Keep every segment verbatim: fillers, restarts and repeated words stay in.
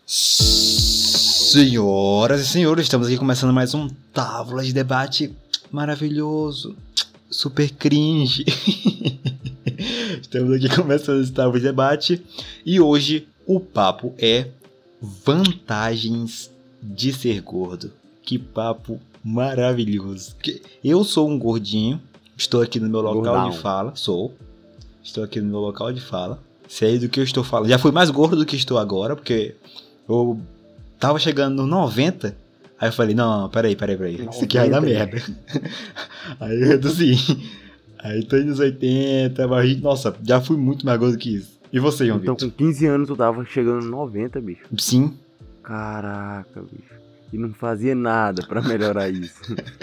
Senhoras e senhores, estamos aqui começando mais um Távola de Debate maravilhoso, super cringe. Estamos aqui começando esse Távola de Debate e hoje o papo é vantagens de ser gordo. Que papo maravilhoso. Eu sou um gordinho, estou aqui no meu local Gordão. de fala, sou, estou aqui no meu local de fala, sei do que eu estou falando. Já fui mais gordo do que estou agora, porque eu tava chegando nos noventa, aí eu falei, não, peraí, peraí, peraí, isso aqui vai dar merda. Aí eu reduzi. Aí tô nos oitenta, mas, nossa, já fui muito mais gordo que isso. E você, João Então Vitor? com quinze anos tu tava chegando nos noventa, bicho. Sim. Caraca, bicho. E não fazia nada pra melhorar isso.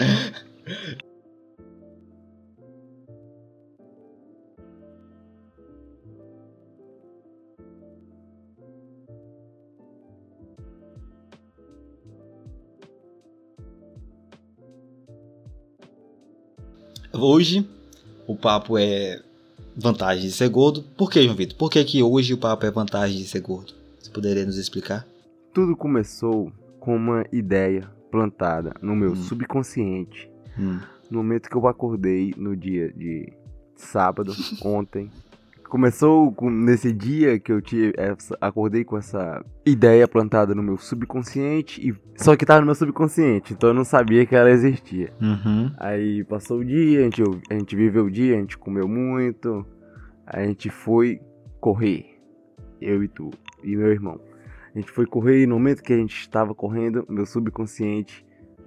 Hoje o papo é vantagem de ser gordo. Por que, João Vitor? Por que que hoje o papo é vantagem de ser gordo? Você poderia nos explicar? Tudo começou com uma ideia plantada no meu hum. subconsciente. Hum. No momento que eu acordei no dia de sábado, ontem. Começou com, nesse dia que eu tive, essa, acordei com essa ideia plantada no meu subconsciente, e, só que tava no meu subconsciente, então eu não sabia que ela existia. Uhum. Aí passou o dia, a gente, a gente viveu o dia, a gente comeu muito, a gente foi correr, eu e tu, e meu irmão. A gente foi correr e no momento que a gente estava correndo, meu subconsciente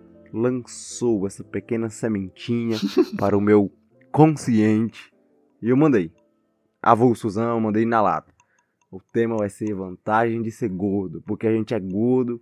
lançou essa pequena sementinha para o meu consciente e eu mandei. Avulsozão, mandei na lata. O tema vai ser vantagem de ser gordo, porque a gente é gordo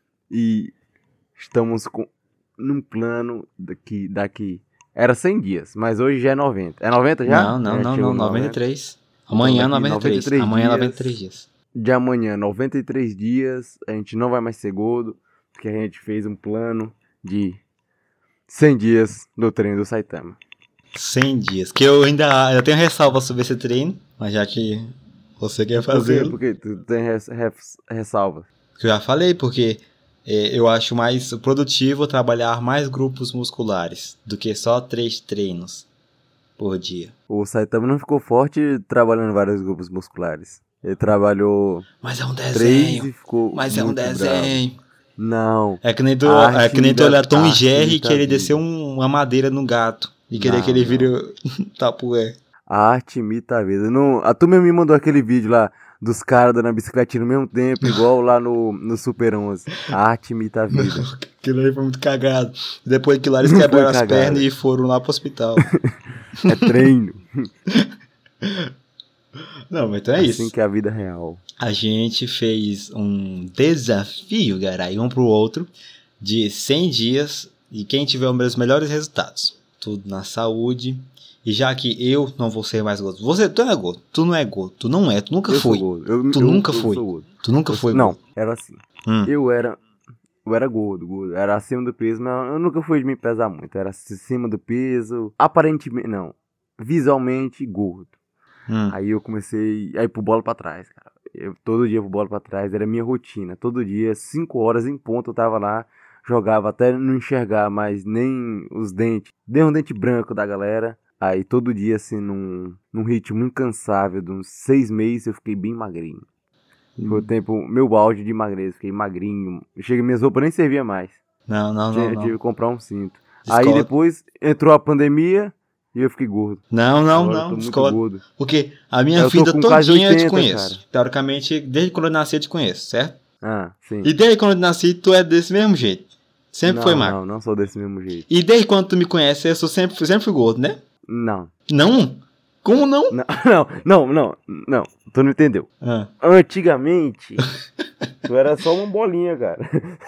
e estamos com, num plano daqui, daqui... Era cem dias, mas hoje já é noventa. É noventa já? Não, não, é, não, não, noventa e três. Amanhã então, noventa e três. noventa e três Amanhã dias, noventa e três dias. De amanhã, noventa e três dias, a gente não vai mais ser gordo, porque a gente fez um plano de cem dias do treino do Saitama. cem dias, que eu ainda eu tenho ressalva sobre esse treino, mas já que você quer fazer. Por quê? Por quê? Tu tem res, res, ressalva? Eu já falei, porque é, eu acho mais produtivo trabalhar mais grupos musculares do que só três treinos por dia. O Saitama não ficou forte trabalhando vários grupos musculares. Ele trabalhou. Mas é um desenho. Três e ficou mas é um desenho. Bravo. Não. É que nem tu, é que nem tu olhar Tom e Jerry que ele desceu um, uma madeira no gato. E querer não, que ele vire tapué. A arte imita a vida. Não, a tu mesmo me mandou aquele vídeo lá dos caras dando a bicicletinha no mesmo tempo, igual lá no, no Super onze. A arte imita a vida. Aquilo aí foi muito cagado. Depois que lá eles quebraram as cagado. pernas e foram lá pro hospital. É treino. Não, mas então é assim isso. Assim que é a vida real. A gente fez um desafio, garai, um pro outro, de cem dias e quem tiver os melhores resultados. Tudo na saúde. E já que eu não vou ser mais gordo. Você, tu não é gordo. Tu não é gordo. Tu não é. Tu nunca eu foi. Eu, tu eu, nunca eu foi. Sou gordo. Tu nunca eu, foi Não, gordo. era assim. Hum. Eu era... Eu era gordo, gordo. Era acima do peso, mas eu nunca fui de me pesar muito. Era acima do peso. Aparentemente, não. Visualmente, gordo. Hum. Aí eu comecei a ir pro bola pra trás, cara. Eu, todo dia pro bola pra trás. Era minha rotina. Todo dia, cinco horas em ponto, eu tava lá. Jogava até não enxergar mais nem os dentes. Dei um dente branco da galera. Aí todo dia, assim, num, num ritmo incansável, de uns seis meses, eu fiquei bem magrinho. Hum. Foi o tempo, meu auge de magreza, fiquei magrinho. Chega, minhas roupas nem serviam mais. Não, não, não. Eu não. tive que comprar um cinto. Discord. Aí depois entrou a pandemia e eu fiquei gordo. Não, não, Agora não. eu tô muito Discord. gordo. Porque a minha eu vida todinha eu te conheço. Cara. Teoricamente, desde quando eu nasci eu te conheço, certo? Ah, sim. E desde quando eu nasci, tu é desse mesmo jeito. Sempre não, foi magro. Não, não sou desse mesmo jeito. E desde quando tu me conhece, eu sou sempre, sempre fui gordo, né? Não. Não? Como não? Não, não, não, não, não. Tu não entendeu. Ah. Antigamente, tu era só uma bolinha, cara.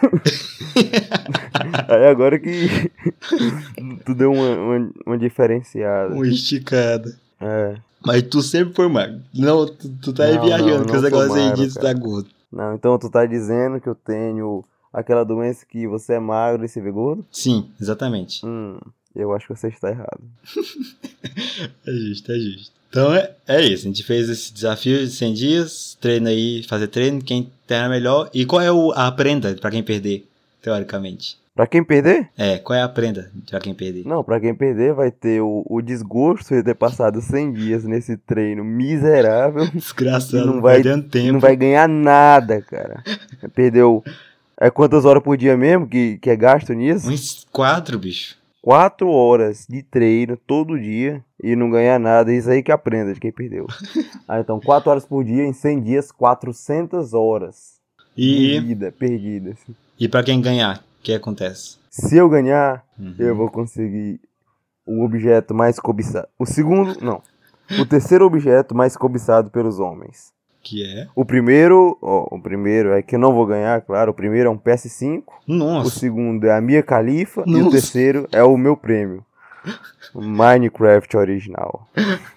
Aí agora que tu deu uma, uma, uma diferenciada. Uma esticada. É. Mas tu sempre foi magro. Não, tu, tu tá aí não, viajando não, com não os negócios aí de cara. tá gordo. Não, então tu tá dizendo que eu tenho aquela doença que você é magro e se vê gordo? Sim, exatamente. Hum, eu acho que você está errado. É justo, é justo. Então é, é isso, a gente fez esse desafio de cem dias, treino aí, fazer treino, quem treina melhor. E qual é o, a prenda pra quem perder, teoricamente? Pra quem perder? É, qual é a prenda pra quem perder? Não, pra quem perder vai ter o, o desgosto de ter passado cem dias nesse treino miserável. Desgraçado, não vai, perdendo tempo. não vai ganhar nada, cara. Perdeu... É quantas horas por dia mesmo que, que é gasto nisso? Uns quatro, bicho. Quatro horas de treino todo dia e não ganhar nada. Isso aí que aprenda de quem perdeu. Ah, então, quatro horas por dia, em cem dias, quatrocentas horas E, de vida perdidas. e pra quem ganhar, o que acontece? Se eu ganhar, Uhum. eu vou conseguir o objeto mais cobiçado. O segundo, não. O terceiro objeto mais cobiçado pelos homens. Que é? O primeiro, ó, o primeiro é que eu não vou ganhar, claro. O primeiro é um P S cinco. O Nossa. segundo é a Mia Khalifa. E o Nossa. terceiro é o meu prêmio. O Minecraft original.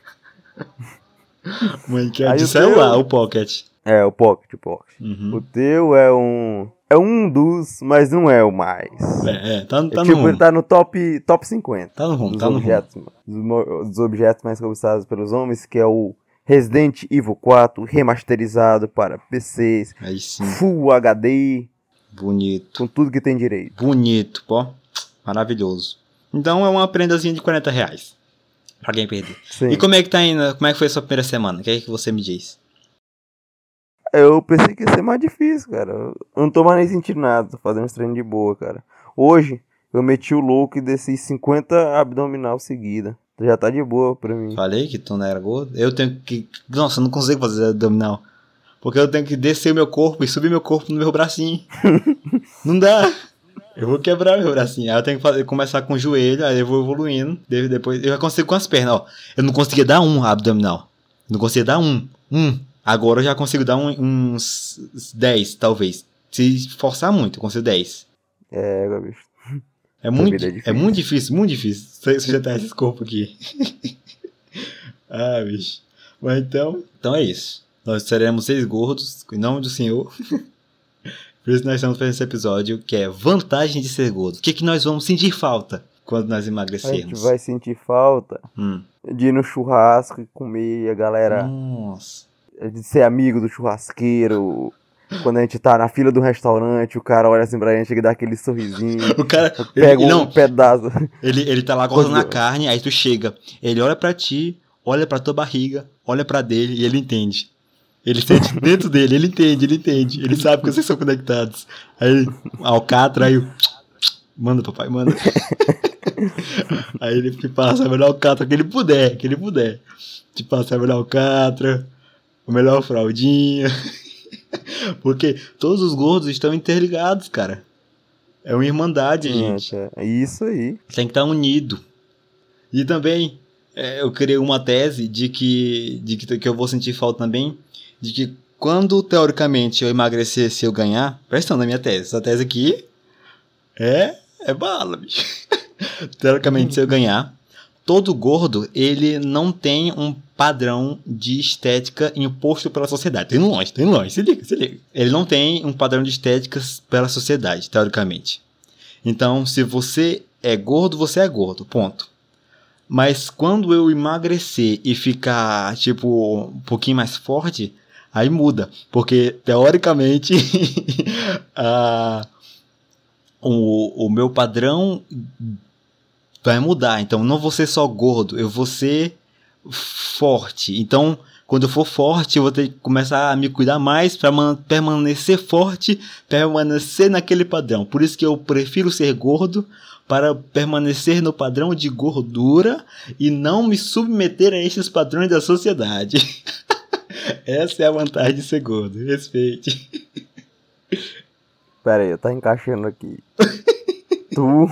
Minecraft Aí de o celular, teu- o Pocket. É, o Pocket, o Pocket. Uhum. O teu é um... É um dos, mas não é o mais. É, é, tá, tá É no tipo, rumo. ele tá no top, top cinquenta. Tá no rumo, Dos tá no rumo. objetos, dos, mo- dos objetos mais cobiçados pelos homens, que é o Resident Evil quatro remasterizado para P Cs, Aí sim, Full H D, bonito. com tudo que tem direito. Bonito, pô. Maravilhoso. Então é uma prendazinha de quarenta reais. Pra quem perder. Sim. E como é que tá indo? Como é que foi a sua primeira semana? O que é que você me diz? Eu pensei que ia ser mais difícil, cara. Eu não tô mais nem sentindo nada, tô fazendo uns treinos de boa, cara. Hoje, eu meti o louco e desci cinquenta abdominal seguida. Já tá de boa pra mim. Falei que tu não era gordo? Eu tenho que... Nossa, eu não consigo fazer abdominal. Porque eu tenho que descer o meu corpo e subir meu corpo no meu bracinho. Não dá. Eu vou quebrar meu bracinho. Aí eu tenho que fazer, começar com o joelho, aí eu vou evoluindo. de- Depois eu já consigo com as pernas, ó. Eu não conseguia dar um abdominal. Não conseguia dar um. Um. Agora eu já consigo dar um- uns dez, talvez. Se forçar muito, eu consigo dez. É, bicho. É muito, vida é é difícil. muito difícil, muito difícil você sustentar esse corpo aqui. Ah, bicho. Mas então, então é isso. Nós seremos seis gordos, em nome do Senhor. Por isso nós estamos fazendo esse episódio, que é vantagem de ser gordo. O que, que nós vamos sentir falta quando nós A gente emagrecermos? vai sentir falta Hum. de ir no churrasco e comer e a galera... Nossa. De ser amigo do churrasqueiro. Quando a gente tá na fila do restaurante, o cara olha assim pra gente e dá aquele sorrisinho. O cara, Pega ele, um não, pedaço. ele, ele tá lá cortando a Pois é. carne, aí tu chega, ele olha pra ti, olha pra tua barriga, olha pra dele e ele entende. Ele sente dentro dele, ele entende, ele entende. Ele sabe que vocês são conectados. Aí ele, alcatra, aí o... Manda, papai, manda. Aí ele te passa a melhor alcatra que ele puder, que ele puder. Te passa a melhor alcatra, a melhor fraldinha. Porque todos os gordos estão interligados, cara. É uma irmandade, gente. É, é isso aí. Tem que estar unido. E também, é, eu criei uma tese de que, de que, que eu vou sentir falta também, de que quando, teoricamente, eu emagrecer, se eu ganhar... Presta atenção na minha tese. Essa tese aqui é, é bala, bicho. Teoricamente, se eu ganhar, todo gordo, ele não tem um padrão de estética imposto pela sociedade. Tem longe, tem longe. Se liga, se liga. Ele não tem um padrão de estética pela sociedade, teoricamente. Então, se você é gordo, você é gordo, ponto. Mas quando eu emagrecer e ficar, tipo, um pouquinho mais forte, aí muda. Porque, teoricamente, a, o, o meu padrão vai mudar. Então, não vou ser só gordo, eu vou ser forte. Então, quando eu for forte, eu vou ter que começar a me cuidar mais para permanecer forte, permanecer naquele padrão. Por isso que eu prefiro ser gordo, para permanecer no padrão de gordura e não me submeter a esses padrões da sociedade. Essa é a vantagem de ser gordo. Respeite. Pera aí, tá encaixando aqui. tu...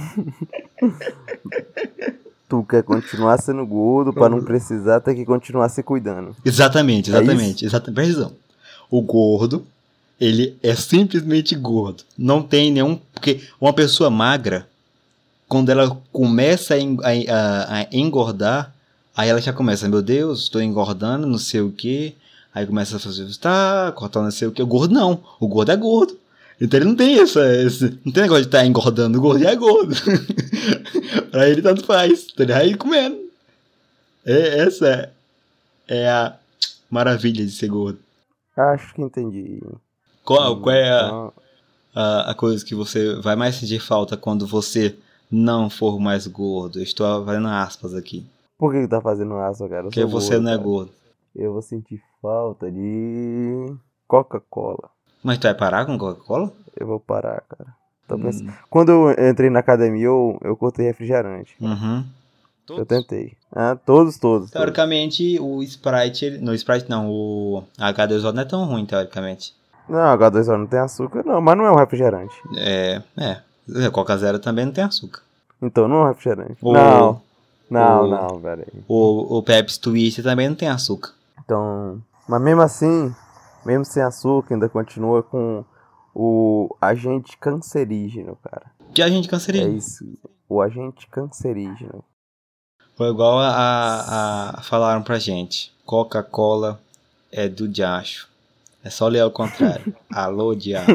tu quer continuar sendo gordo pra não precisar ter que continuar se cuidando. Exatamente, É exatamente. exatamente. Presta atenção. O gordo, ele é simplesmente gordo. Não tem nenhum... Porque uma pessoa magra, quando ela começa a, en- a- a- a engordar, aí ela já começa, meu Deus, estou engordando, não sei o que. Aí começa a fazer, tá, cortar não sei o que. O gordo não, o gordo é gordo. Então ele não tem essa, esse, não tem negócio de estar engordando, o gordo já é gordo. Pra ele tanto faz, então ele vai comendo. É, essa é, é a maravilha de ser gordo? Acho que entendi. Qual, qual é a, Então, a, a coisa que você vai mais sentir falta quando você não for mais gordo? Eu estou fazendo aspas aqui. por que que tá fazendo asa, cara? Eu Porque sou você gordo, não é cara. gordo. Eu vou sentir falta de Coca-Cola. Mas tu vai parar com Coca-Cola? Eu vou parar, cara. Tô pensando... Hum. Quando eu entrei na academia, eu, eu cortei refrigerante. Uhum. Eu tentei. Ah, todos, todos. todos. Teoricamente, o Sprite... ele- No Sprite não, o H dois O não é tão ruim, teoricamente. Não, H dois O não tem açúcar, não. Mas não é um refrigerante. É, é. Coca Zero também não tem açúcar. Então não é um refrigerante. O- Não. Não, o- não, peraí. O, o Pepsi Twist também não tem açúcar. Então... Mas mesmo assim, mesmo sem açúcar, ainda continua com o agente cancerígeno, cara. Que a gente É cancerígeno. isso. O agente cancerígeno. Foi igual a, a, a falaram pra gente. Coca-Cola é do diacho. É só ler ao contrário. Alô, diabo.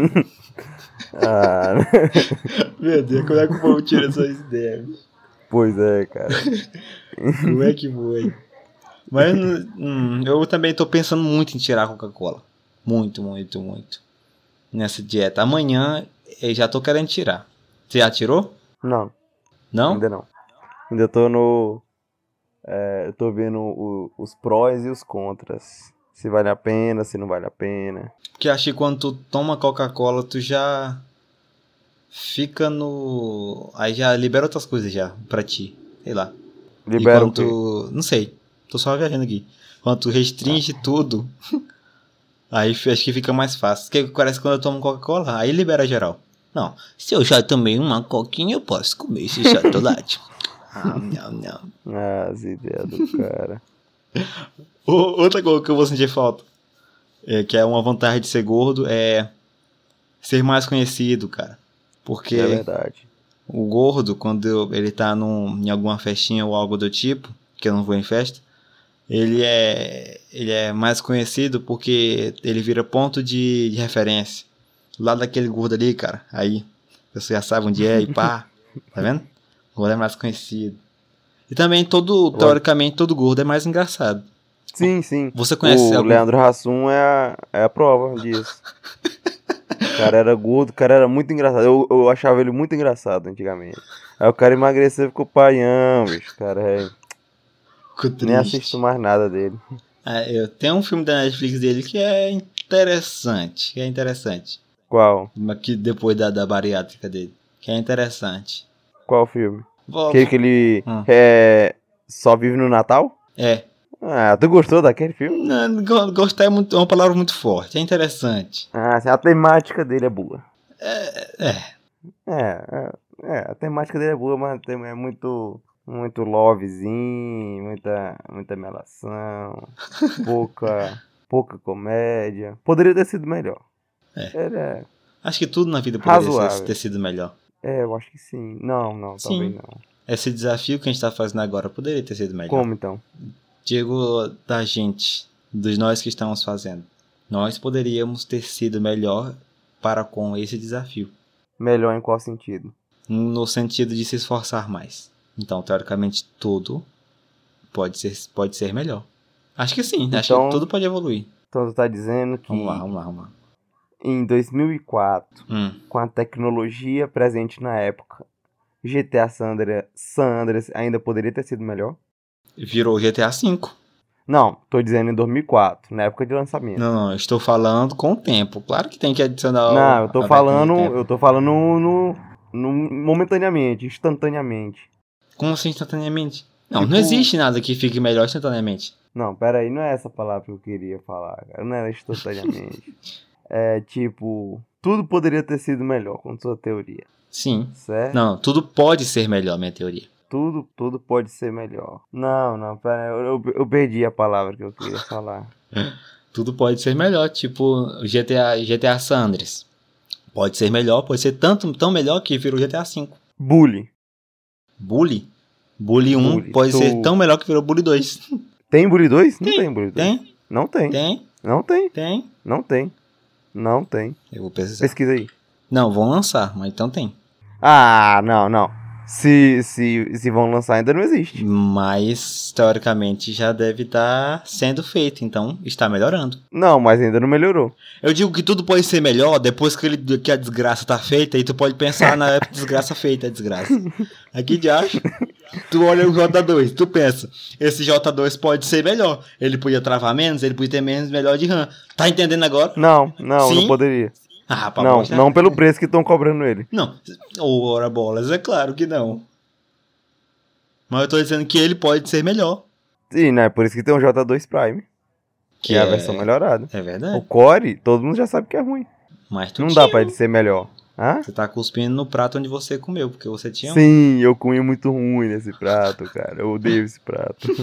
Ah, Meu Deus, como é que o povo tira essas ideias? pois é, cara. Como é que foi? Mas hum, eu também tô pensando muito em tirar a Coca-Cola. Muito, muito, muito. Nessa dieta. Amanhã eu já tô querendo tirar. Você já tirou? Não, Não? ainda não. Ainda tô no... É, eu tô vendo o- os prós e os contras. Se vale a pena, se não vale a pena. Porque acho que quando tu toma Coca-Cola, tu já fica no... Aí já libera outras coisas já pra ti. Sei lá. Libera e o quando quê? tu... Não sei. Tô só viajando aqui. Quando tu restringe tudo, aí acho que fica mais fácil. Porque parece que quando eu tomo Coca-Cola, aí libera geral. Não. Se eu já tomei uma coquinha, eu posso comer esse chocolate. Ah, não, não. Ah, as ideias do cara. O- Outra coisa que eu vou sentir falta, é, que é uma vantagem de ser gordo, é ser mais conhecido, cara. Porque É verdade. o gordo, quando eu- ele tá num, em alguma festinha ou algo do tipo, que eu não vou em festa, ele é, ele é mais conhecido porque ele vira ponto de, de referência. Lá daquele gordo ali, cara, aí você já sabe onde é e pá, tá vendo? O gordo é mais conhecido. E também, todo, teoricamente, todo gordo é mais engraçado. Sim, sim. Você conhece o algum... Leandro Hassum é a, é a prova disso. O cara era gordo, o cara era muito engraçado. Eu, eu achava ele muito engraçado antigamente. Aí o cara emagreceu e ficou paião, bicho. Cara, é... Ficou nem triste. assisto mais nada dele. É, eu tenho um filme da Netflix dele que é interessante. Que é interessante. Qual? Mas que depois da, da bariátrica dele. Que é interessante. Qual filme? Vou- Aquele que ele Hum. é, só vive no Natal? É. Ah, tu gostou daquele filme? Não, go- gostar é, muito, é uma palavra muito forte. É interessante. Ah, assim, a temática dele é boa. É. É, é, é, a temática dele é boa, mas tem- é muito, muito lovezinho, muita, muita melação, pouca, pouca comédia. Poderia ter sido melhor. É. Ele é, Acho que tudo na vida poderia ser- Razoável. ter sido melhor. é, eu acho que sim. Não, não, Sim. talvez não. Esse desafio que a gente tá fazendo agora poderia ter sido melhor. Como então? Digo da gente, dos nós que estamos fazendo. Nós poderíamos ter sido melhor para com esse desafio. Melhor em qual sentido? No sentido de se esforçar mais. Então, teoricamente, tudo pode ser, pode ser melhor. Acho que sim, acho Então- que tudo pode evoluir. Então tu tá dizendo que Vamos lá, vamos lá, vamos lá. em dois mil e quatro, Hum, com a tecnologia presente na época, G T A San Andreas, San Andreas ainda poderia ter sido melhor? virou G T A cinco. Não, tô dizendo em dois mil e quatro, na época de lançamento. Não, não, eu estou falando com o tempo. Claro que tem que adicionar o- Não, eu tô a falando, década de tempo. eu tô falando no, no momentaneamente, instantaneamente. Como assim instantaneamente? Não, Tipo- não existe nada que fique melhor instantaneamente. Não, pera aí, não é essa palavra que eu queria falar, cara. Não era instantaneamente. É tipo, tudo poderia ter sido melhor com sua teoria, Sim. certo? Não, tudo pode ser melhor, minha teoria. Tudo, tudo pode ser melhor. Não, não, pera aí, eu, eu, eu perdi a palavra que eu queria falar. Tudo pode ser melhor, tipo G T A, G T A San Andreas. Pode ser melhor, pode ser tanto, tão melhor que virou G T A cinco. Bully. Bully? Bully um Bully, pode tu- ser tão melhor que virou Bully dois. Tem Bully dois? Não Tem, tem Bully dois. Tem? Não tem. Tem? Não tem. Tem? Não tem. Não tem. Eu vou pesquisar. Pesquisa aí. Não, vão lançar, mas então tem. Ah, não, não. Se, se, se vão lançar, ainda não existe. Mas, teoricamente, já deve estar sendo feito, então está melhorando. Não, mas ainda não melhorou. Eu digo que tudo pode ser melhor depois que, ele, que a desgraça tá feita, e tu pode pensar na época desgraça feita, a desgraça. Aqui de acho, tu olha o J dois, tu pensa, esse J dois pode ser melhor. Ele podia travar menos, ele podia ter menos melhor de RAM. Tá entendendo agora? Não, não, Sim? não poderia. Ah, pra Não, mostrar- não pelo preço que estão cobrando ele. Não, ora bolas, é claro que não. Mas eu tô dizendo que ele pode ser melhor. Sim, né? Por isso que tem o J dois Prime. Que é a versão melhorada. É O verdade. Core, todo mundo já sabe que é ruim. Mas tu Não tinha dá pra um. ele ser melhor. Hã? Você tá cuspindo no prato onde você comeu, porque você tinha um. Sim, eu comi muito ruim nesse prato, cara. Eu odeio esse prato.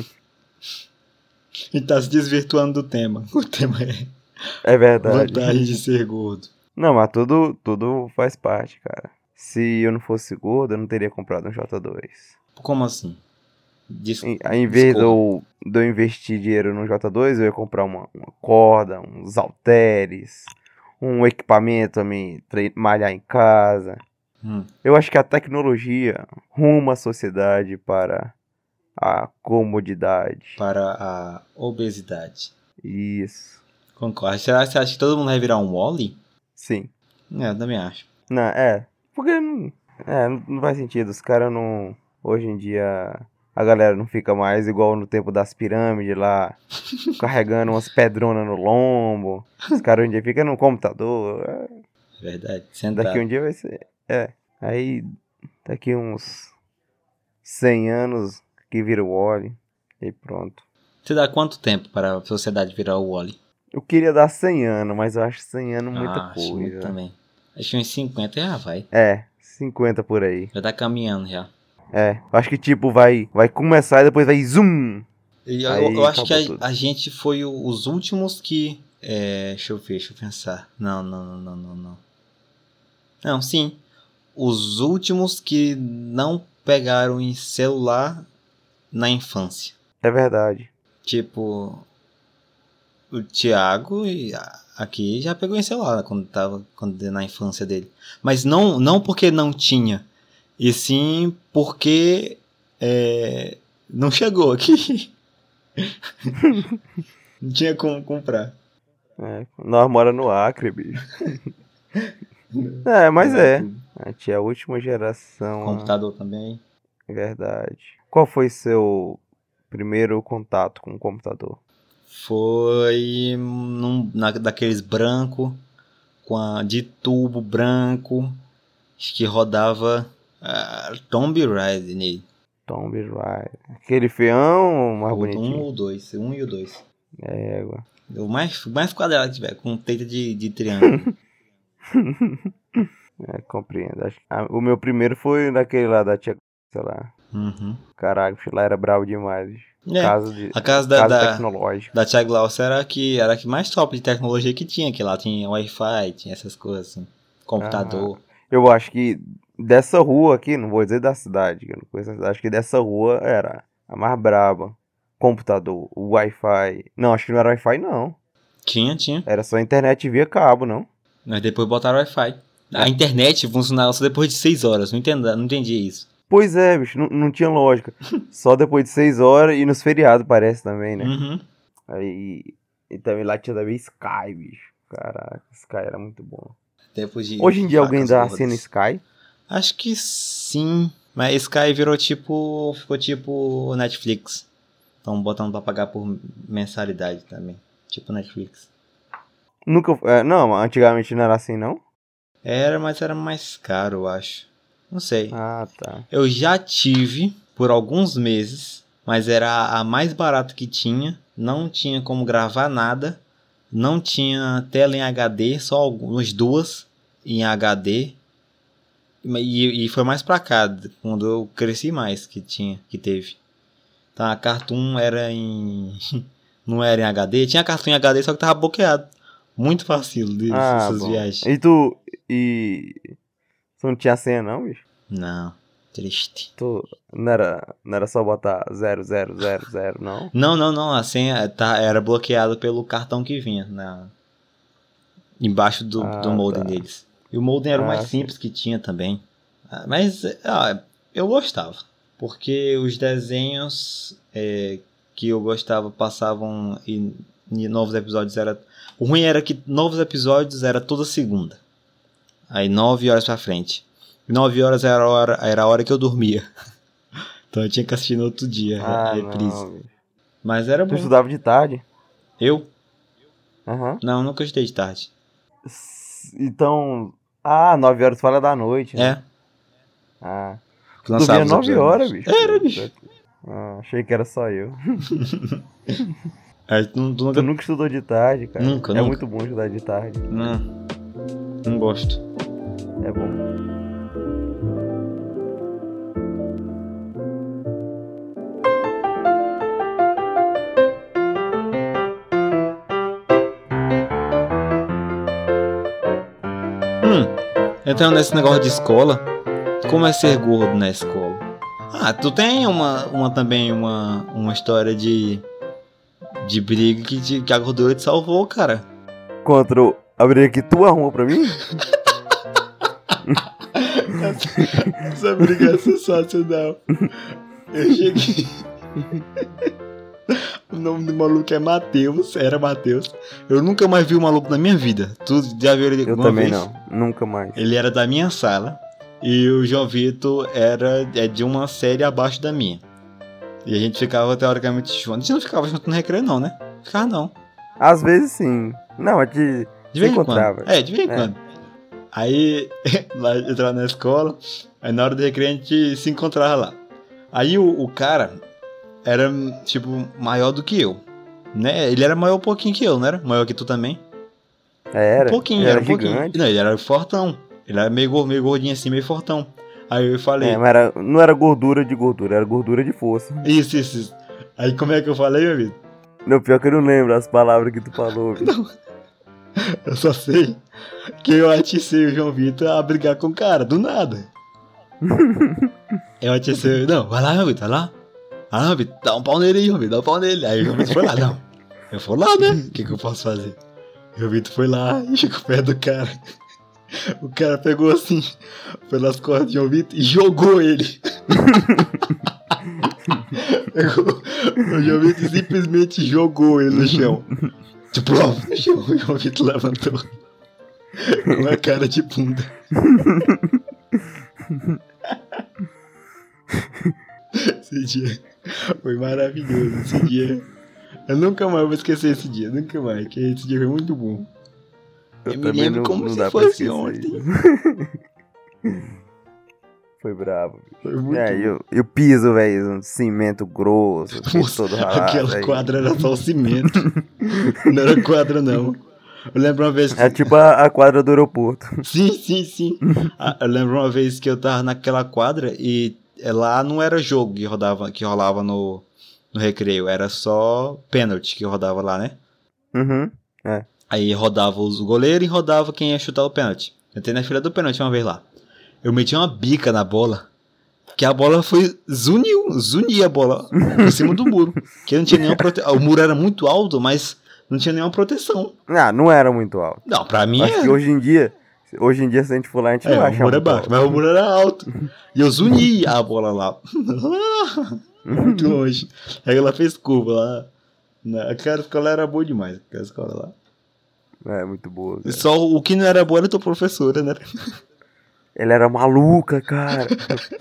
E tá se desvirtuando do tema. O tema é É verdade. vantagem de ser gordo. Não, mas tudo, tudo faz parte, cara. Se eu não fosse gordo, eu não teria comprado um J dois. Como assim? Des... Em, ao invés de Discordo. eu, de eu investir dinheiro no J dois, eu ia comprar uma, uma corda, uns halteres, um equipamento pra me tre- malhar em casa. Hum. Eu acho que a tecnologia ruma a sociedade para a comodidade. Para a obesidade. Isso. Concordo. Será que você acha que todo mundo vai virar um Wall-E? Sim. É, eu também acho. Não, é. Porque não, é, não, não faz sentido. Os caras não. Hoje em dia. A galera não fica mais igual no tempo das pirâmides lá, carregando umas pedronas no lombo. Os caras hoje em dia ficam no computador. É, Verdade. Sentado. daqui um dia vai ser. É. Aí, daqui uns cem anos, que vira o Wall-E. E pronto. Você dá quanto tempo para a sociedade virar o Wall-E? Eu queria dar cem anos, mas eu acho cem anos muita Ah, acho muito coisa. também. Acho que uns cinquenta já vai. É, cinquenta por aí. Já tá caminhando já. É, acho que tipo vai, vai começar e depois vai zoom. E eu, Aí eu acho que acabou a, tudo. a gente foi o- os últimos que... É, deixa eu ver, deixa eu pensar. Não, não, não, não, não, não. Não, sim. Os últimos que não pegaram em celular na infância. É verdade. Tipo, o Thiago e a- aqui já pegou em celular quando tava quando, na infância dele. Mas não, não porque não tinha, e sim porque é, não chegou aqui. Não tinha como comprar. É, nós mora no Acre, bicho. É, mas é. A gente é a última geração. Computador também. É verdade. Qual foi seu primeiro contato com o computador? Foi num, na, daqueles branco, com a, de tubo branco, acho que rodava uh, Tomb Raider nele. Tomb Raider. Aquele feião ou mais O bonitinho? um ou dois, um e o dois. É, égua. O mais, o mais quadrado que tiver, com teita de, de triângulo. É, compreendo. Acho, ah, o meu primeiro foi daquele lá da tia, sei lá. Uhum. Caraca, lá era bravo demais, bicho. É, Casa de, a casa da, casa da, tecnológica. da Tia Glaucia era a que, era a que mais top de tecnologia que tinha, que lá tinha Wi-Fi, tinha essas coisas assim, computador. Eu acho que dessa rua aqui, não vou dizer da cidade, que eu não conheço a cidade, acho que dessa rua era a mais braba. Computador, o Wi-Fi. Não, acho que não era Wi-Fi, não. Tinha, tinha. Era só internet via cabo, não? Mas depois botaram Wi-Fi. A internet funcionava só depois de seis horas, não entendi, não entendi isso. Pois é, bicho, não, não tinha lógica. Só depois de seis horas e nos feriados, parece também, né? Uhum. Aí, e também lá tinha também Sky, bicho. Caraca, Sky era muito bom. Depois de Hoje em dia alguém facas dá gordas. assim no Sky? Acho que sim. Mas Sky virou tipo. Ficou tipo Netflix. Estão botando pra pagar por mensalidade também. Tipo Netflix. Nunca. É, não, antigamente não era assim, não? Era, mas era mais caro, eu acho. Não sei. Ah, tá. Eu já tive por alguns meses, mas era a mais barata que tinha. Não tinha como gravar nada. Não tinha tela em H D, só algumas duas em H D. E, e foi mais pra cá, quando eu cresci mais que tinha, que teve. Então a Cartoon era em. Não era em H D. Tinha Cartoon em H D, só que tava bloqueado. Muito fácil Ah, essas bom. viagens. E tu. E. Tu não tinha senha, não, bicho? Não, triste. Tu. Não era, não era só botar zero zero zero zero, não? Não, não, não. A senha tá, era bloqueada pelo cartão que vinha na, embaixo do, Ah, do modem tá. deles. E o modem era o Ah, mais sim. simples que tinha também. Ah, Mas ah, eu gostava. Porque os desenhos é, que eu gostava passavam e, e novos episódios era... O ruim era que novos episódios era toda segunda. Aí nove horas pra frente. Nove horas era a hora, era a hora que eu dormia. Então eu tinha que assistir no outro dia Ah, a reprise. não. Mas era Tu bom. estudava de tarde? Eu? Aham. Não, nunca estudei de tarde. S- Então... Ah, nove horas fala da noite, né? É. Ah. Que lançava Dormia os nove episódios. horas, bicho. Era, bicho. Ah, achei que era só eu. Aí tu, tu Tu nunca... nunca estudou de tarde, cara. Nunca, É nunca. muito bom estudar de tarde. Não, não gosto. É bom. Hum, entrando nesse negócio de escola, como é ser gordo na escola? Ah, tu tem uma, uma também uma, uma história de de briga que, te, que a gordura te salvou, cara. Contra o... a briga que tu arrumou pra mim? Essa, essa briga é sensacional. Eu cheguei. O nome do maluco é Matheus, era Matheus. Eu nunca mais vi o maluco na minha vida. Tu já viu ele Eu alguma também vez? não. Nunca mais. Ele era da minha sala e o João Vitor era é de uma série abaixo da minha. E a gente ficava teoricamente junto. A gente não ficava junto no recreio não, né? Ficava não. Às vezes sim. Não, a gente De vez se em encontrava. quando. É, de vez em É. quando. Aí, lá entrava na escola, aí na hora do recreio a gente se encontrava lá. Aí o, o cara era, tipo, maior do que eu. Né? Ele era maior um pouquinho que eu, não era? Maior que tu também? Era. Um pouquinho, Ele era era um pouquinho. gigante. Não, ele era fortão. Ele era meio, gor- meio gordinho assim, meio fortão. Aí eu falei... É, mas era, não era gordura de gordura, era gordura de força. Isso, isso, isso. Aí como é que eu falei, meu amigo? Não, pior que eu não lembro as palavras que tu falou. Bicho. Eu só sei que eu aticei o João Vitor a brigar com o cara, do nada. Eu aticei, não, vai lá, João Vitor, vai lá. Ah, João Vitor, dá um pau nele aí, João Vitor, dá um pau nele. Aí o João Vitor foi lá, não. Eu fui lá, né? O que, que eu posso fazer? O João Vitor foi lá e chegou perto do cara. O cara pegou assim, pelas costas de João Vitor e jogou ele. Pegou, o João Vitor simplesmente jogou ele no chão. Tipo, ó, no chão, o João Vitor levantou. Com a cara de bunda. Esse dia foi maravilhoso. Esse dia. Eu nunca mais vou esquecer esse dia. Nunca mais. Que esse dia foi muito bom. Eu, eu me também lembro não, como não se dá pra fosse esquecer ontem. isso. Foi bravo. Bicho. Foi muito É, bom. e o- e o piso, velho, um cimento grosso, Nossa, todo ralado. aquela aí. quadra era só o cimento. Não era quadra, não. Eu lembro uma vez que... É tipo a, a quadra do aeroporto. Sim, sim, sim. Ah, eu lembro uma vez que eu tava naquela quadra e eh, lá não era jogo que rodava, que rolava no, no recreio, era só pênalti que rodava lá, né? Uhum. Aí rodava os goleiros e rodava quem ia chutar o pênalti. Eu entrei na fila do pênalti uma vez lá. Eu meti uma bica na bola, que a bola foi zuniu, zuni a bola por cima do muro. Que não tinha nenhuma proteção. O muro era muito alto, mas não tinha nenhuma proteção. Ah, não era muito alto. Não, pra mim Acho era. que hoje em dia, hoje em dia, se a gente for lá, a gente É, não vai o achar muro é muito baixo, alto. mas o muro era alto. E eu zuni a bola lá. Muito longe. Aí ela fez curva lá. Na- Aquela escola era boa demais. Aquela escola lá. É, muito boa. E cara. só o que não era boa era tua professora, né? Ela era maluca, cara.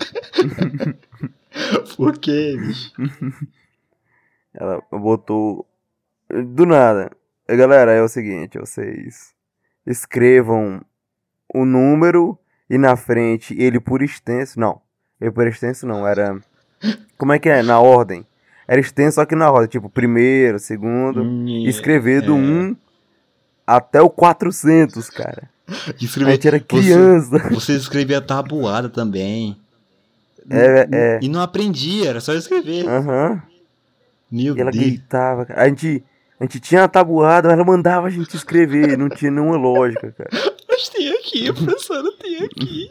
Por quê, bicho? Ela botou... Do nada. Galera, é o seguinte, vocês escrevam o número e na frente ele por extenso. Não, ele por extenso não, era... Como é que é? Na ordem. Era extenso, só que na ordem. Tipo, primeiro, segundo. Hum, Escrever do é. um até o quatrocentos, cara. A Escrever, gente era você, criança. você escrevia tabuada também. É, é. E não aprendia, era só escrever. Aham. Meu E ela Deus. gritava, cara. A gente, a gente tinha a tabuada, mas ela mandava a gente escrever. Não tinha nenhuma lógica, cara. Mas tem aqui, a professora tem aqui.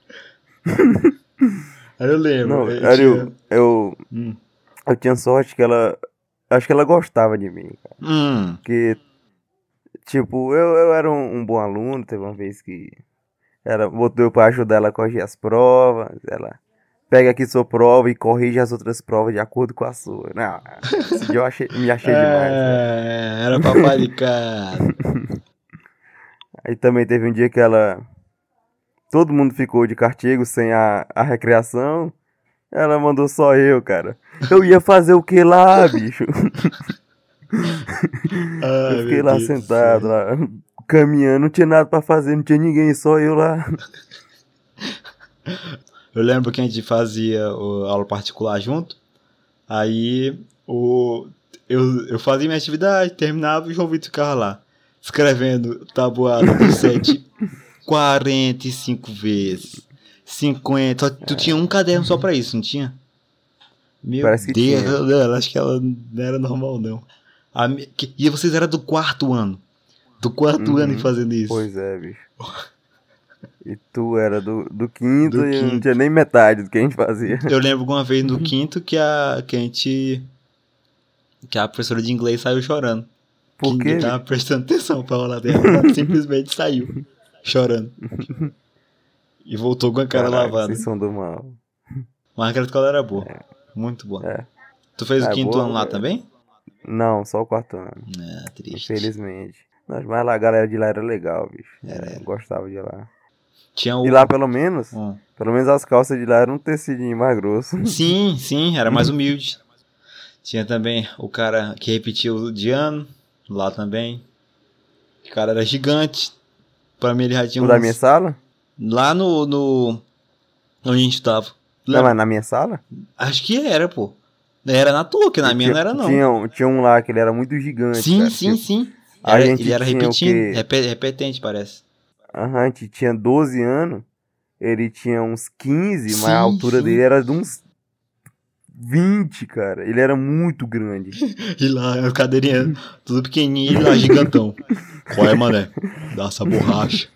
Aí eu lembro. Não, eu cara, tinha- eu, eu, Hum. eu tinha sorte que ela... Acho que ela gostava de mim, cara. Hum. Porque, tipo, eu, eu era um, um bom aluno. Teve uma vez que ela botou eu pra ajudar ela a corrigir as provas. Ela pega aqui sua prova e corrige as outras provas de acordo com a sua. Não, esse dia eu achei, me achei é, demais. Né? Era paparicado. Aí também teve um dia que ela... Todo mundo ficou de castigo sem a, a recreação. Ela mandou só eu, cara. Eu ia fazer o que lá, bicho? Ai, eu fiquei lá Deus sentado, lá, caminhando. Não tinha nada pra fazer, não tinha ninguém, só eu lá. Eu lembro que a gente fazia o, aula particular junto. Aí o, eu, eu fazia minha atividade, terminava e o João Vitor ficava lá, escrevendo tabuada do sete quarenta e cinco vezes. cinquenta. Só, tu é. tinha um caderno só pra isso, não tinha? Meu Parece que Deus, tinha. Eu, eu acho que ela não era normal, não. A, que, e vocês eram do quarto ano. Do quarto uhum. ano fazendo isso. Pois é, bicho. E tu era do, do quinto do e quinto. Não tinha nem metade do que a gente fazia. Eu lembro uma vez no quinto que a, que a gente... Que a professora de inglês saiu chorando. Por quê? Ninguém tava prestando atenção pra aula dela. Ela simplesmente saiu chorando. E voltou com a cara Caraca, lavada. Vocês são do mal. Mas aquela escola era boa. É. Muito boa. É. Tu fez é, o quinto boa, ano lá é. também? Não, só o quarto ano. É, triste. Infelizmente. Mas lá a galera de lá era legal, bicho. Era, era. Eu gostava de lá. Tinha o... E lá pelo menos, hum. pelo menos as calças de lá eram um tecidinho mais grosso. Sim, sim, era mais humilde. Tinha também o cara que repetiu de ano, lá também. O cara era gigante. Pra mim ele já tinha o uns... da minha sala? Lá no... no... onde a gente tava. Não, mas na minha sala? Acho que era, pô. Era na tua, que na e minha tinha, não era não. Tinha, tinha um lá que ele era muito gigante. Sim, cara, sim, tipo, sim. A Era, gente ele era tinha repetindo, rep, repetente, parece. Aham, a gente tinha doze anos, ele tinha uns quinze, Sim, mas a altura sim. dele era de uns vinte, cara. Ele era muito grande. E lá, a cadeirinha tudo pequenininho e ele lá gigantão. Qual é, mané? Dá essa borracha.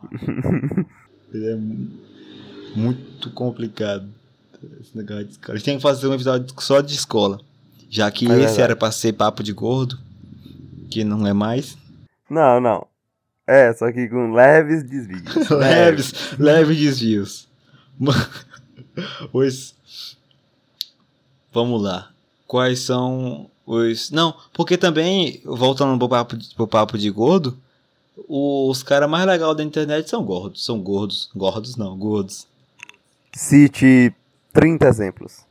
Ele é muito complicado. Esse negócio de escola. A gente tem que fazer um episódio só de escola. Já que é esse verdade. era pra ser papo de gordo, que não é mais. Não, não. É, só que com leves desvios. leves, leves desvios. Pois, vamos lá. Quais são os... Não, porque também, voltando pro papo, pro papo de gordo, os caras mais legais da internet são gordos. São gordos. Gordos não, gordos. Cite trinta exemplos.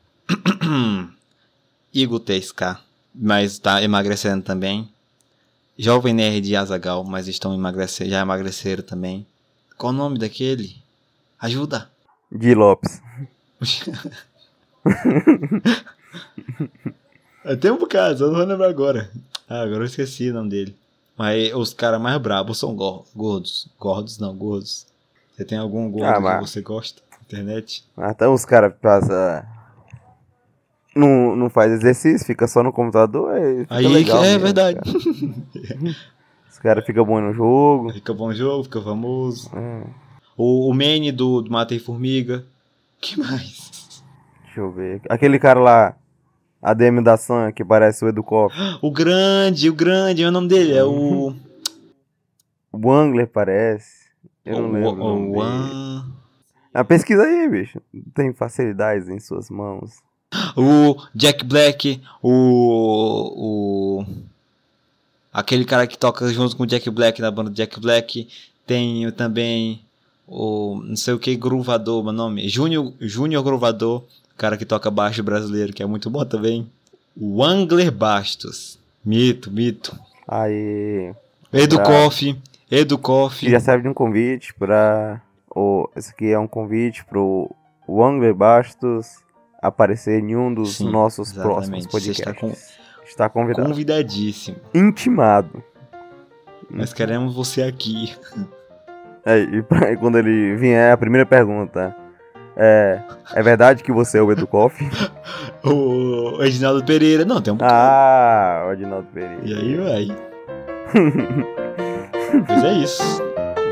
Igor T S K, mas tá emagrecendo também. Jovem Nerd e Azaghal, mas estão emagrecendo, já emagreceram também. Qual o nome daquele? Ajuda. Gui Lopes. Tem um bocado, eu não vou lembrar agora. Ah, agora eu esqueci o nome dele. Mas os caras mais brabos são gordos. Gordos não, gordos. Você tem algum gordo ah, mas... que você gosta na internet? Até os caras passam... Não, não faz exercício, fica só no computador. Aí, aí legal é mesmo, verdade. Cara. Os caras ficam bons no jogo. Fica bom no jogo, fica famoso. É. O, o Manny do, do Matei Formiga. Que mais? Deixa eu ver. Aquele cara lá, A D M da Sam, que parece o Educoff. O grande, o grande, é o nome dele. É o. O Angler parece. Eu não o, lembro. O, o o An... Ah, pesquisa aí, bicho. Tem facilidades em suas mãos. O Jack Black, o, o aquele cara que toca junto com o Jack Black na banda do Jack Black. Tem também o não sei o que Gruvador, meu nome, Júnior Júnior Gruvador, cara que toca baixo brasileiro, que é muito bom também. O Angler Bastos, mito, mito. Aí. Educoff, Educoff. Já serve de um convite para o esse aqui é um convite pro o Angler Bastos aparecer em um dos Sim, nossos próximos podcasts. Está, com... está convidado. Convidadíssimo. Intimado. Nós queremos você aqui. É, e pra, quando ele vier, a primeira pergunta é... É verdade que você é o Educoff? O Edinaldo Pereira. Não, tem um... Ah, o Edinaldo Pereira. E aí, vai. Mas é isso.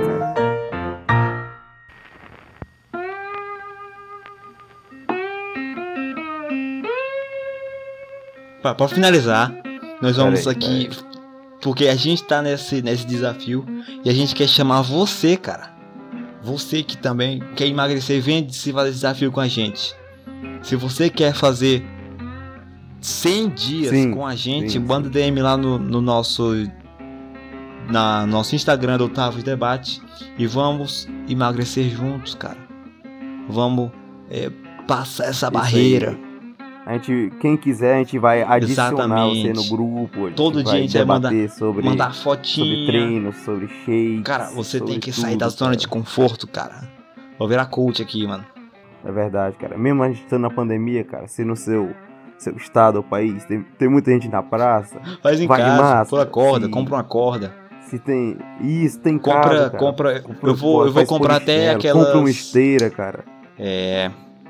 Para finalizar, nós vamos aí, aqui, vai. Porque a gente tá nesse, nesse desafio e a gente quer chamar você, cara. Você que também quer emagrecer, vem se fazer desafio com a gente. Se você quer fazer cem dias Sim, com a gente, sim, manda D M lá no, no nosso na nosso Instagram do Otávio de Debate e vamos emagrecer juntos, cara. Vamos é, passar essa Isso barreira. aí. A gente, quem quiser, a gente vai adicionar Exatamente. você no grupo. A gente Todo dia vai a gente vai debater mandar, sobre, mandar sobre fotinha. treinos, sobre shakes. Cara, você sobre tem que tudo, sair da zona cara. de conforto, cara. Vou virar coach aqui, mano. É verdade, cara. Mesmo a gente estando na pandemia, cara, se no seu, seu estado ou país tem, tem muita gente na praça, Faz em vai de casa, máscara, pula corda, se- compra uma corda. se tem isso, tem Compra, casa, cara. compra, Compra eu vou, eu vou faz comprar até polichinelo, aquelas... Compra uma esteira, cara. É,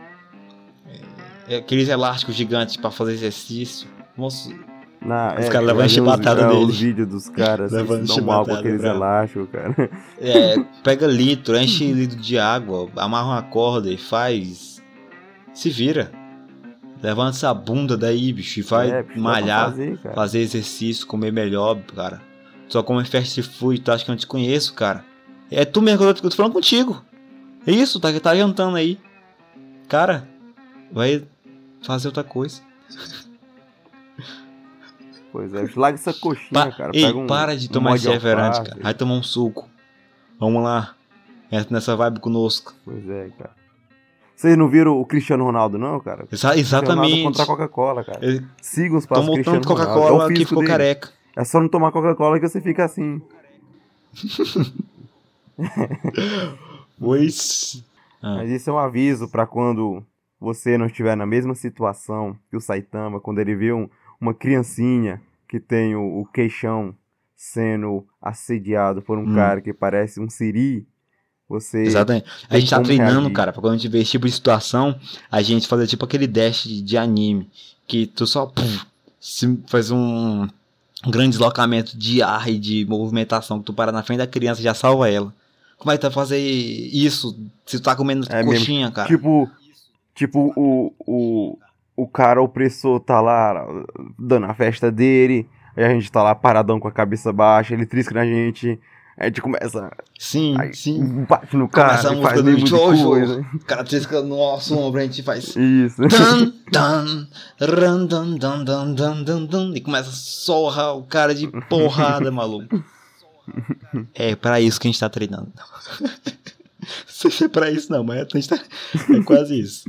é, aqueles elásticos gigantes pra fazer exercício. Moço, Na, Os é, caras levam eu vi uns- chibatada é, dele. Os vídeos dos caras Levando que se dão mal com chibatada, aqueles bravo. elásticos, cara. é, pega litro, enche litro de água, amarra uma corda e faz... Se vira. Levanta essa bunda daí, bicho, e vai É, bicho, dá pra malhar, fazer, cara. fazer exercício, comer melhor, cara. Só come fast food, tu acha que eu não te conheço, cara? É tu mesmo que eu tô, eu tô falando contigo. É isso, tá, tá jantando aí. Cara, vai fazer outra coisa. Pois é, larga essa coxinha, Pa- cara. Ei, Pega um, para de um tomar mod esse refrigerante, alface. cara. Vai tomar um suco. Vamos lá. Entra nessa vibe conosco. Pois é, cara. Vocês não viram o Cristiano Ronaldo, não, cara? Exa- O Cristiano Ronaldo é exatamente. contra a Coca-Cola, cara. Ele Siga os passos do tomou Cristiano tanto Ronaldo. É Coca-Cola o que físico ficou dele. careca. É só não tomar Coca-Cola que você fica assim. Pois. Ah. Mas isso é um aviso pra quando você não estiver na mesma situação que o Saitama, quando ele vê um- uma criancinha que tem o, o queixão sendo assediado por um Hum. cara que parece um siri, você... Exatamente. A tem gente tá como treinando, reagir. cara, pra quando a gente vê esse tipo de situação, a gente fazer tipo aquele dash de, de anime, que tu só puf, se faz um, um grande deslocamento de ar e de movimentação, que tu para na frente da criança e já salva ela. Como é que tu vai fazer isso se tu tá comendo É mesmo. coxinha, cara? Tipo, tipo o, o, o cara opressor tá lá dando a festa dele, aí a gente tá lá paradão com a cabeça baixa, ele trisca na gente, aí a gente começa, Sim, aí sim. bate no cara, Começa a e música faz do nenhuma Jojo. coisa. O cara trisca no nosso ombro, a gente faz... Isso. Dun, dun, ran, dun, dun, dun, dun, dun, dun, e começa a sorrar o cara de porrada, maluco. É pra isso que a gente tá treinando. Não sei se é pra isso não, mas a gente tá... é quase isso.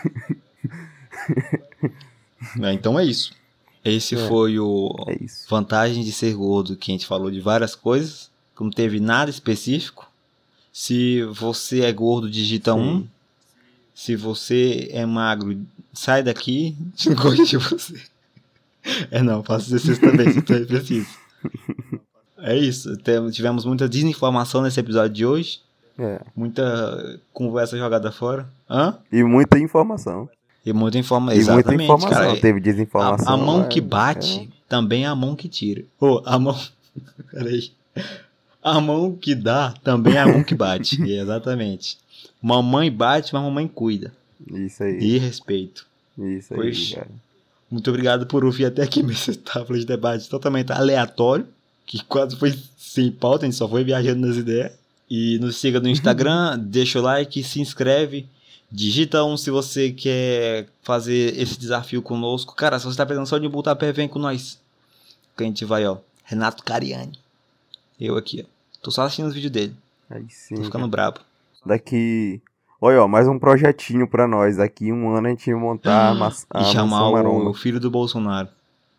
É, então é isso. Esse É. foi o É isso. Vantagem de Ser Gordo, que a gente falou de várias coisas, que não teve nada específico. Se você é gordo, digita Sim. um. Se você é magro, sai daqui. Não gosto de você. É não, faço exercício também, se tu precisa. É isso. Tem- Tivemos muita desinformação nesse episódio de hoje. É. Muita conversa jogada fora. Hã? E muita informação. E muita informação. E muita Exatamente, informação. cara. Teve A, desinformação. a mão é- que bate também é a mão que tira. Ô, a mão. Peraí. A mão que dá também é a mão que bate. Exatamente. Mamãe bate, mas mamãe cuida. é- Isso aí. E respeito. Isso aí, Pois. cara. Muito obrigado por ouvir até aqui esse tábua de debate totalmente aleatório, que quase foi sem pauta, a gente só foi viajando nas ideias. E nos siga no Instagram, deixa o like, se inscreve, digita um se você quer fazer esse desafio conosco. Cara, se você tá precisando só de um pontapé, vem com nós. Que a gente vai, ó. Renato Cariani. Eu aqui, ó. Tô só assistindo os vídeos dele. Aí sim. Tô ficando cara. brabo. Daqui. Olha, ó, mais um projetinho pra nós. Daqui um ano a gente vai montar a, mas... a E chamar Mansão o, Maromba. o filho do Bolsonaro.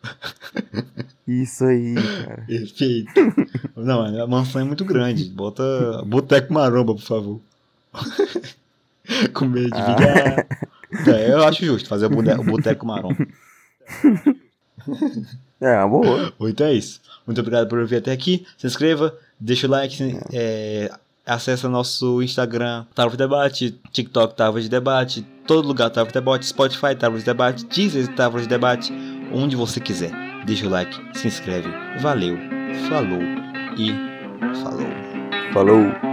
Isso aí, cara. Perfeito. Não, a mansão é muito grande. Bota Boteco Maromba, por favor. Com medo de Ah. virar. É, eu acho justo fazer o bode- o Boteco Maromba. É, uma boa. Ou então é isso. Muito obrigado por ouvir até aqui. Se inscreva, deixa o like, se- é, acessa nosso Instagram, Tábua de Debate, TikTok, Tábua de Debate, todo lugar Tábua de Debate, Spotify, Tábua de Debate, Deezer, Tábua de Debate, onde você quiser. Deixa o like, se inscreve. Valeu, falou e falou. Falou.